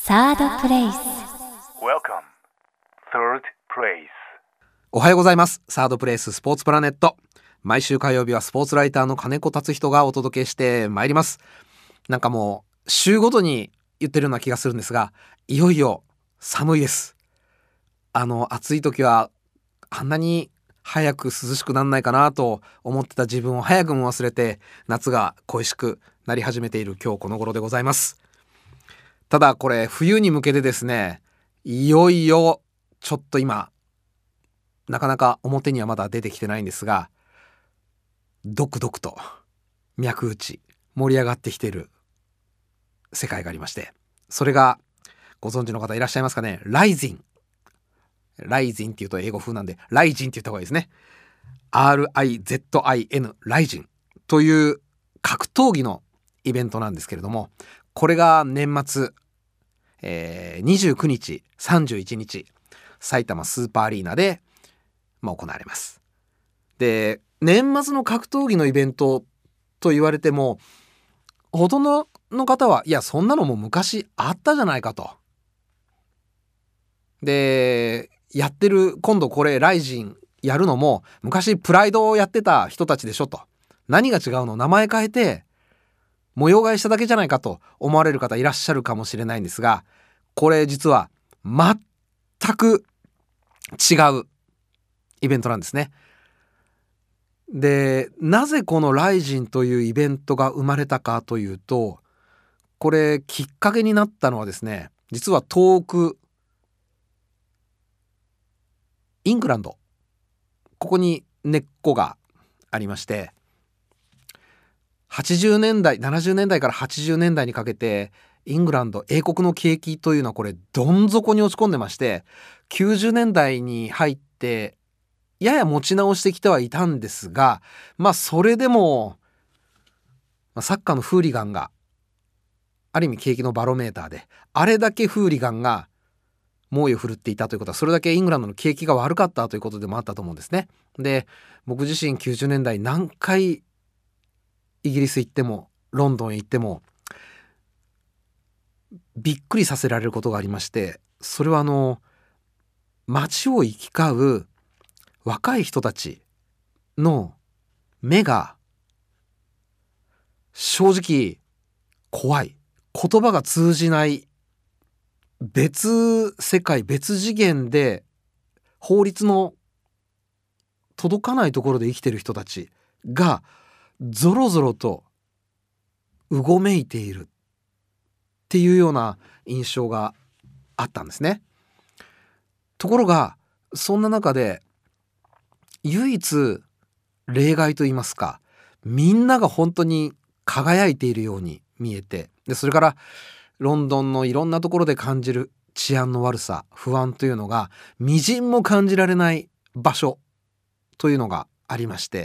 サードプレイス。 Welcome, third place. おはようございます。サードプレイススポーツプラネット。毎週火曜日はスポーツライターの金子達人がお届けしてまいります。なんかもう週ごとに言ってるような気がするんですが、いよいよ寒いです。暑い時はあんなに早く涼しくなんないかなと思ってた自分を早くも忘れて、夏が恋しくなり始めている今日この頃でございます。ただこれ冬に向けてですね、いよいよちょっと今なかなか表にはまだ出てきてないんですが、ドクドクと脈打ち盛り上がってきている世界がありまして、それがご存知の方いらっしゃいますかね。ライジンっていうと英語風なんでライジンって言った方がいいですね。 RIZIN ライジンという格闘技のイベントなんですけれども、これが年末、29日31日埼玉スーパーアリーナで、行われます。で、年末の格闘技のイベントと言われても、ほとんどの方はいやそんなのも昔あったじゃないかと。で、やってる今度これライジンやるのも昔プライドをやってた人たちでしょと。何が違うの、名前変えて模様替えしただけじゃないかと思われる方いらっしゃるかもしれないんですが、これ実は全く違うイベントなんですね。で、なぜこのライジンというイベントが生まれたかというと、これきっかけになったのはですね、実は遠くイングランド、ここに根っこがありまして、80年代70年代から80年代にかけてイングランド英国の景気というのはこれどん底に落ち込んでまして、90年代に入ってやや持ち直してきてはいたんですが、それでもサッカーのフーリガンがある意味景気のバロメーターで、あれだけフーリガンが猛威を振るっていたということは、それだけイングランドの景気が悪かったということでもあったと思うんですね。で、僕自身90年代何回イギリス行ってもロンドンへ行ってもびっくりさせられることがありまして、それは街を行き交う若い人たちの目が正直怖い、言葉が通じない別世界別次元で法律の届かないところで生きている人たちがぞろぞろとうごめいているっていうような印象があったんですね。ところがそんな中で唯一例外といいますか、みんなが本当に輝いているように見えて、でそれからロンドンのいろんなところで感じる治安の悪さ、不安というのがみじんも感じられない場所というのがありまして、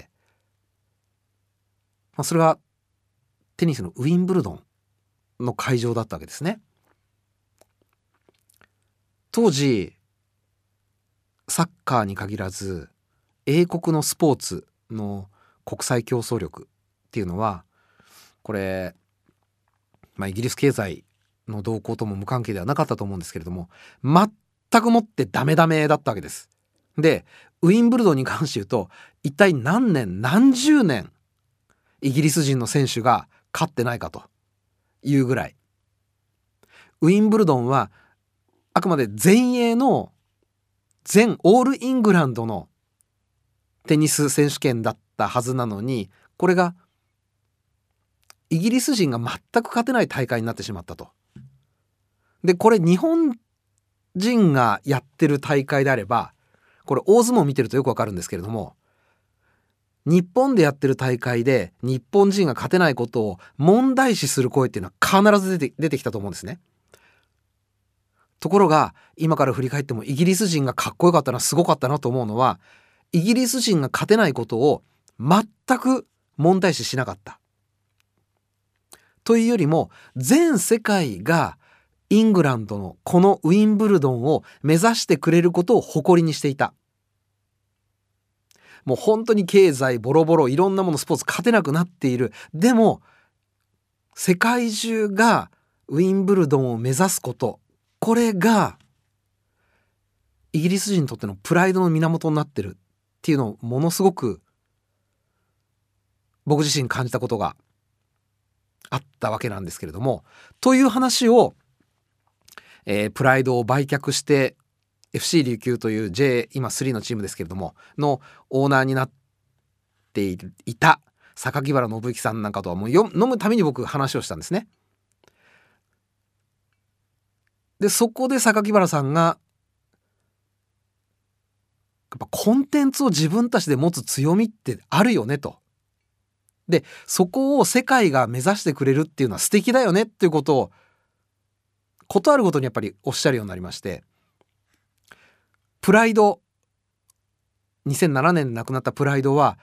それがテニスのウィンブルドンの会場だったわけですね。当時サッカーに限らず英国のスポーツの国際競争力っていうのはこれ、イギリス経済の動向とも無関係ではなかったと思うんですけれども、全くもってダメだったわけです。で、ウィンブルドンに関して言うと一体何年何十年イギリス人の選手が勝ってないかというぐらい、ウィンブルドンはあくまで全英の全オールイングランドのテニス選手権だったはずなのに、これがイギリス人が全く勝てない大会になってしまったと。で、これ日本人がやってる大会であれば、これ大相撲見てるとよくわかるんですけれども、日本でやってる大会で日本人が勝てないことを問題視する声っていうのは必ず出てきたと思うんですね。ところが今から振り返ってもイギリス人がかっこよかったな、すごかったなと思うのは、イギリス人が勝てないことを全く問題視しなかったというよりも、全世界がイングランドのこのウィンブルドンを目指してくれることを誇りにしていた。もう本当に経済ボロボロ、いろんなものスポーツ勝てなくなっている。でも世界中がウィンブルドンを目指すこと、 これがイギリス人にとってのプライドの源になってるっていうのをものすごく僕自身感じたことがあったわけなんですけれども、という話を、プライドを売却して FC 琉球という J 今3のチームですけれどものオーナーになっていた榊原信之さんなんかとはもう飲むために僕話をしたんですね。でそこで榊原さんがやっぱコンテンツを自分たちで持つ強みってあるよねと。でそこを世界が目指してくれるっていうのは素敵だよねっていうことをことあるごとにやっぱりおっしゃるようになりまして、プライド2007年で亡くなったプライドは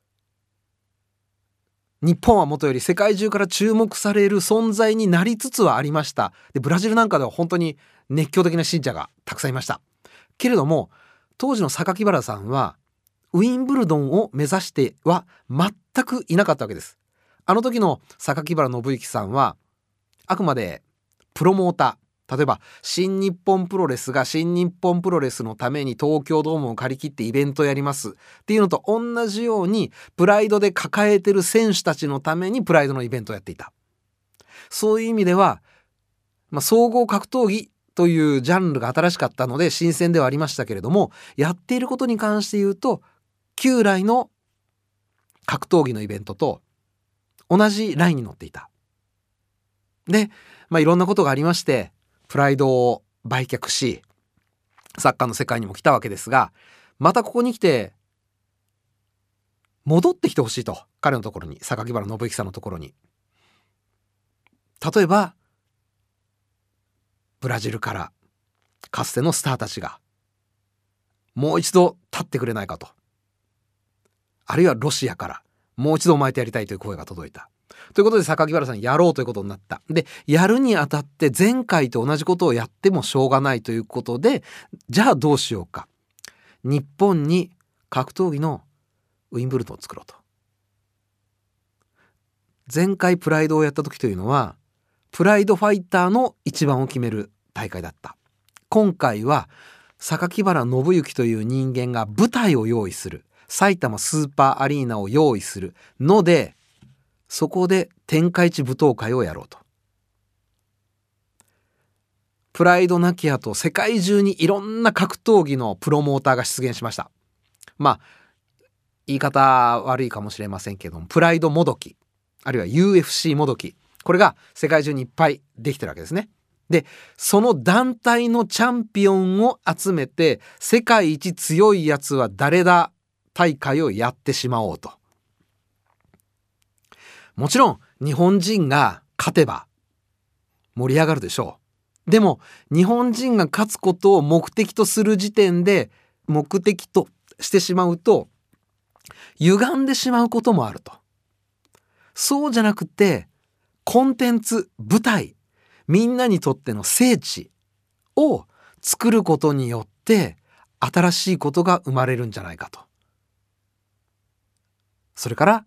日本はもとより世界中から注目される存在になりつつはありました。でブラジルなんかでは本当に熱狂的な信者がたくさんいました。けれども当時の榊原さんはウィンブルドンを目指しては全くいなかったわけです。あの時の榊原信之さんはあくまでプロモーター、例えば新日本プロレスが新日本プロレスのために東京ドームを借り切ってイベントやりますっていうのと同じようにプライドで抱えてる選手たちのためにプライドのイベントをやっていた。そういう意味では、総合格闘技というジャンルが新しかったので新鮮ではありましたけれども、やっていることに関して言うと旧来の格闘技のイベントと同じラインに乗っていた。で、いろんなことがありましてプライドを売却しサッカーの世界にも来たわけですが、またここに来て戻ってきてほしいと、彼のところに、榊原信之さんのところに。例えばブラジルからかつてのスターたちがもう一度立ってくれないかと、あるいはロシアからもう一度お前とやりたいという声が届いたということで榊原さんやろうということになった。でやるにあたって前回と同じことをやってもしょうがないということで、じゃあどうしようか、日本に格闘技のウィンブルドンを作ろうと。前回プライドをやった時というのはプライドファイターの一番を決める大会だった。今回は榊原信之という人間が舞台を用意する、埼玉スーパーアリーナを用意するので、そこで天下一舞踏会をやろうと。プライドなき後世界中にいろんな格闘技のプロモーターが出現しました。言い方悪いかもしれませんけども、プライドもどき、あるいは UFC もどき、これが世界中にいっぱいできてるわけですね。でその団体のチャンピオンを集めて世界一強いやつは誰だ大会をやってしまおうと。もちろん日本人が勝てば盛り上がるでしょう。でも日本人が勝つことを目的とする時点で、目的としてしまうと歪んでしまうこともあると。そうじゃなくてコンテンツ、舞台、みんなにとっての聖地を作ることによって新しいことが生まれるんじゃないかと。それから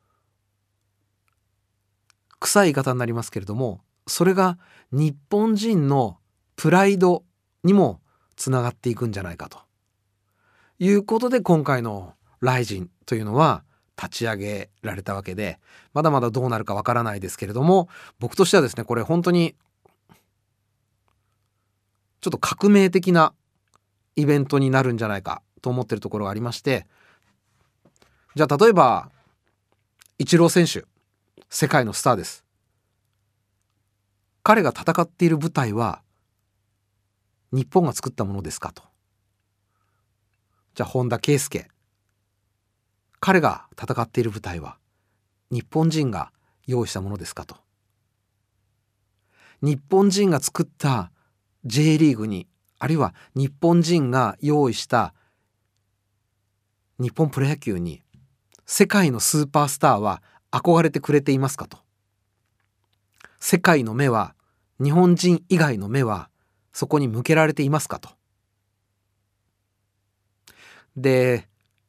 臭い言い方になりますけれども、それが日本人のプライドにもつながっていくんじゃないかということで、今回のライジンというのは立ち上げられたわけで、まだまだどうなるかわからないですけれども、僕としてはですね、これ本当にちょっと革命的なイベントになるんじゃないかと思っているところがありまして、じゃあ例えばイチロー選手、世界のスターです。彼が戦っている舞台は日本が作ったものですかと。じゃあ本田圭佑、彼が戦っている舞台は日本人が用意したものですかと。日本人が作った J リーグに、あるいは日本人が用意した日本プロ野球に世界のスーパースターは憧れてくれていますかと。世界の目は、日本人以外の目はそこに向けられていますかと。で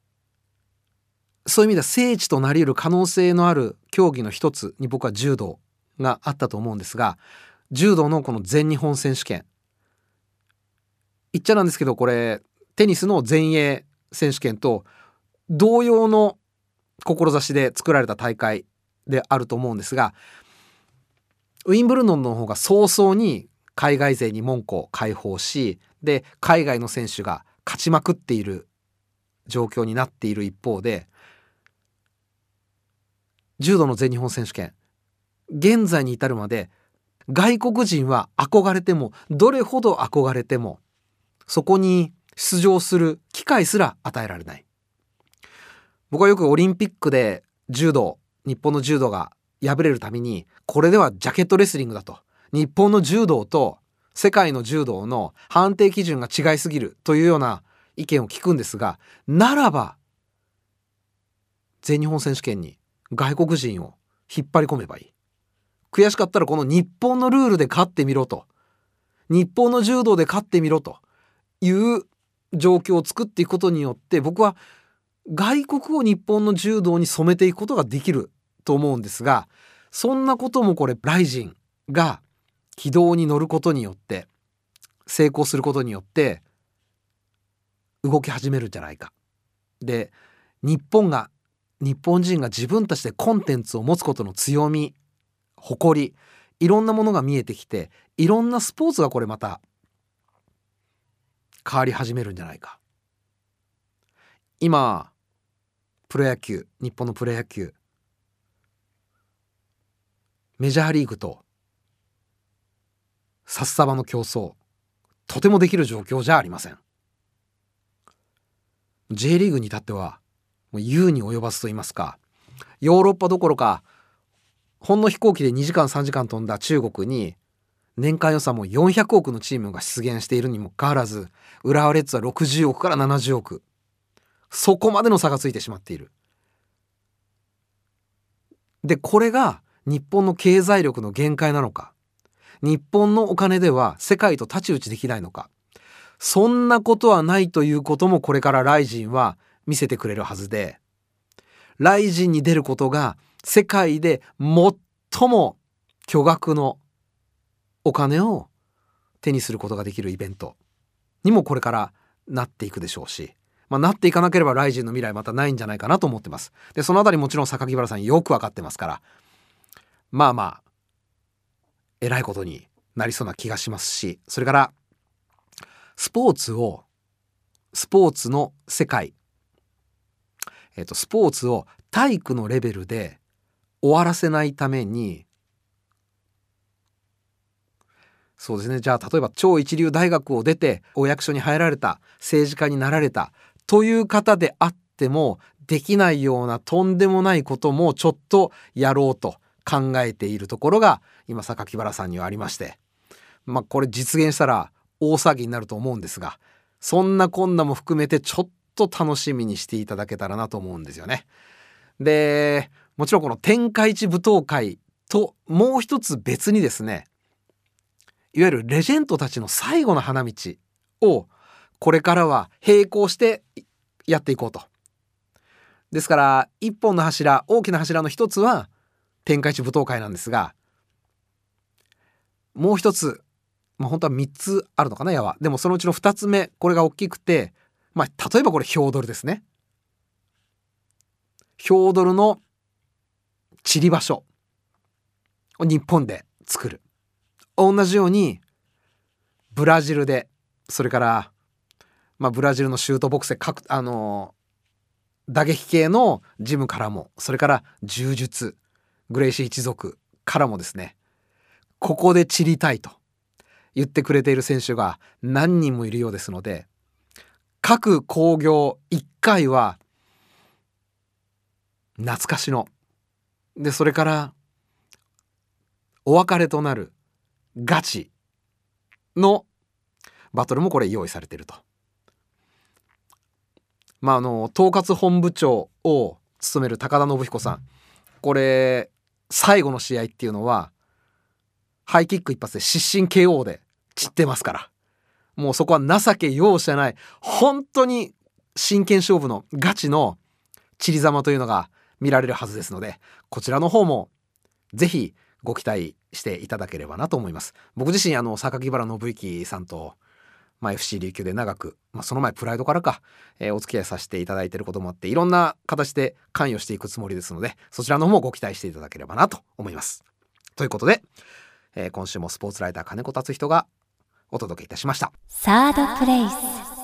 そういう意味では聖地となり得る可能性のある競技の一つに僕は柔道があったと思うんですが、柔道のこの全日本選手権、 言っちゃなんですけど、これテニスの全英選手権と同様の志で作られた大会であると思うんですが、ウィンブルドンの方が早々に海外勢に門戸を開放し、で海外の選手が勝ちまくっている状況になっている一方で、柔道の全日本選手権現在に至るまで外国人は憧れても、どれほど憧れてもそこに出場する機会すら与えられない。僕はよくオリンピックで日本の柔道が敗れるために、これではジャケットレスリングだと、日本の柔道と世界の柔道の判定基準が違いすぎるというような意見を聞くんですが、ならば全日本選手権に外国人を引っ張り込めばいい。悔しかったらこの日本のルールで勝ってみろと、日本の柔道で勝ってみろという状況を作っていくことによって、僕は外国を日本の柔道に染めていくことができると思うんですが、そんなこともこれライジンが軌道に乗ることによって、成功することによって動き始めるんじゃないか。で、日本人が自分たちでコンテンツを持つことの強み、誇り、いろんなものが見えてきて、いろんなスポーツがこれまた変わり始めるんじゃないか。今プロ野球、日本のプロ野球、メジャーリーグと札束の競争、とてもできる状況じゃありません。 J リーグに至ってはもう優に及ばずと言いますか、ヨーロッパどころかほんの飛行機で2時間3時間飛んだ中国に年間予算も400億のチームが出現しているにもかかわらず、浦和レッズは60億から70億、そこまでの差がついてしまっている。で、これが日本の経済力の限界なのか、日本のお金では世界と太刀打ちできないのか、そんなことはないということもこれからライジンは見せてくれるはずで、ライジンに出ることが世界で最も巨額のお金を手にすることができるイベントにもこれからなっていくでしょうし、なっていかなければライジンの未来またないんじゃないかなと思ってます。で、そのあたりもちろん榊原さんよく分かってますから、えらいことになりそうな気がしますし、それからスポーツの世界、スポーツを体育のレベルで終わらせないために、そうですね、じゃあ例えば超一流大学を出てお役所に入られた、政治家になられたという方であってもできないようなとんでもないこともちょっとやろうと考えているところが今榊原さんにはありまして、これ実現したら大騒ぎになると思うんですが、そんなこんなも含めてちょっと楽しみにしていただけたらなと思うんですよね。で、もちろんこの天下一舞踏会ともう一つ別にですね、いわゆるレジェンドたちの最後の花道をこれからは並行してやっていこうと。ですから一本の柱、大きな柱の一つは天下一舞踏会なんですが、もう一つ、本当は3つあるのかな、矢は。でもそのうちの2つ目、これが大きくて、例えばこれヒョードルですね。ヒョードルの地理場所を日本で作る。同じようにブラジルで、それからブラジルのシュートボクセ打撃系のジムからも、それから柔術グレイシー一族からもですね、ここで散りたいと言ってくれている選手が何人もいるようですので、各興行1回は懐かしので、それからお別れとなるガチのバトルもこれ用意されていると。統括本部長を務める高田信彦さん、これ最後の試合っていうのはハイキック一発で失神 KO で散ってますから、もうそこは情け容赦ない、本当に真剣勝負のガチの散り様というのが見られるはずですので、こちらの方もぜひご期待していただければなと思います。僕自身榊原信之さんと FC 琉球で長く、その前プライドからか、お付き合いさせていただいていることもあって、いろんな形で関与していくつもりですので、そちらの方もご期待していただければなと思います。ということで、今週もスポーツライター金子達人がお届けいたしました。 サードプレイス。